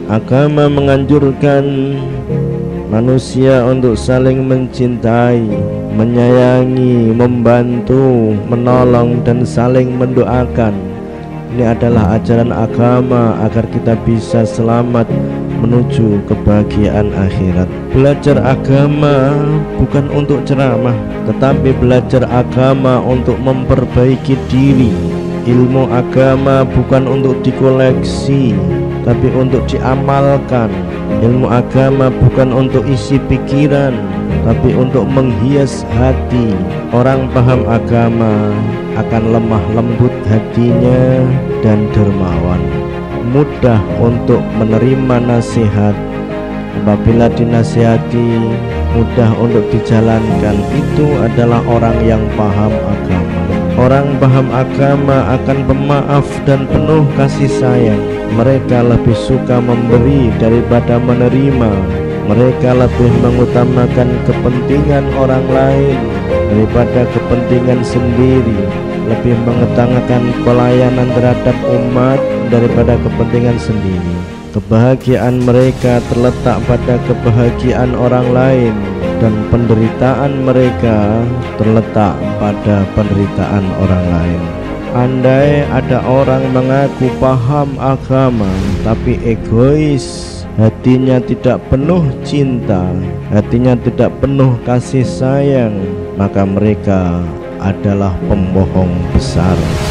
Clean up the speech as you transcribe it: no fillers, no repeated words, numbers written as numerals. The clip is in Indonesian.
Agama menganjurkan manusia untuk saling mencintai, menyayangi, membantu, menolong, dan saling mendoakan. Ini adalah ajaran agama agar kita bisa selamat menuju kebahagiaan akhirat. Belajar agama bukan untuk ceramah, tetapi belajar agama untuk memperbaiki diri. Ilmu agama bukan untuk dikoleksi, tapi untuk diamalkan. Ilmu agama bukan untuk isi pikiran, tapi untuk menghias hati. Orang paham agama akan lemah lembut hatinya dan dermawan, mudah untuk menerima nasihat. Apabila dinasihati, mudah untuk dijalankan. Itu adalah orang yang paham agama. Orang paham agama akan pemaaf dan penuh kasih sayang. Mereka lebih suka memberi daripada menerima. Mereka lebih mengutamakan kepentingan orang lain daripada kepentingan sendiri, lebih mengutamakan pelayanan terhadap umat daripada kepentingan sendiri. Kebahagiaan mereka terletak pada kebahagiaan orang lain, dan penderitaan mereka terletak pada penderitaan orang lain. Andai ada orang mengaku paham agama tapi egois, hatinya tidak penuh cinta, hatinya tidak penuh kasih sayang, maka mereka adalah pembohong besar.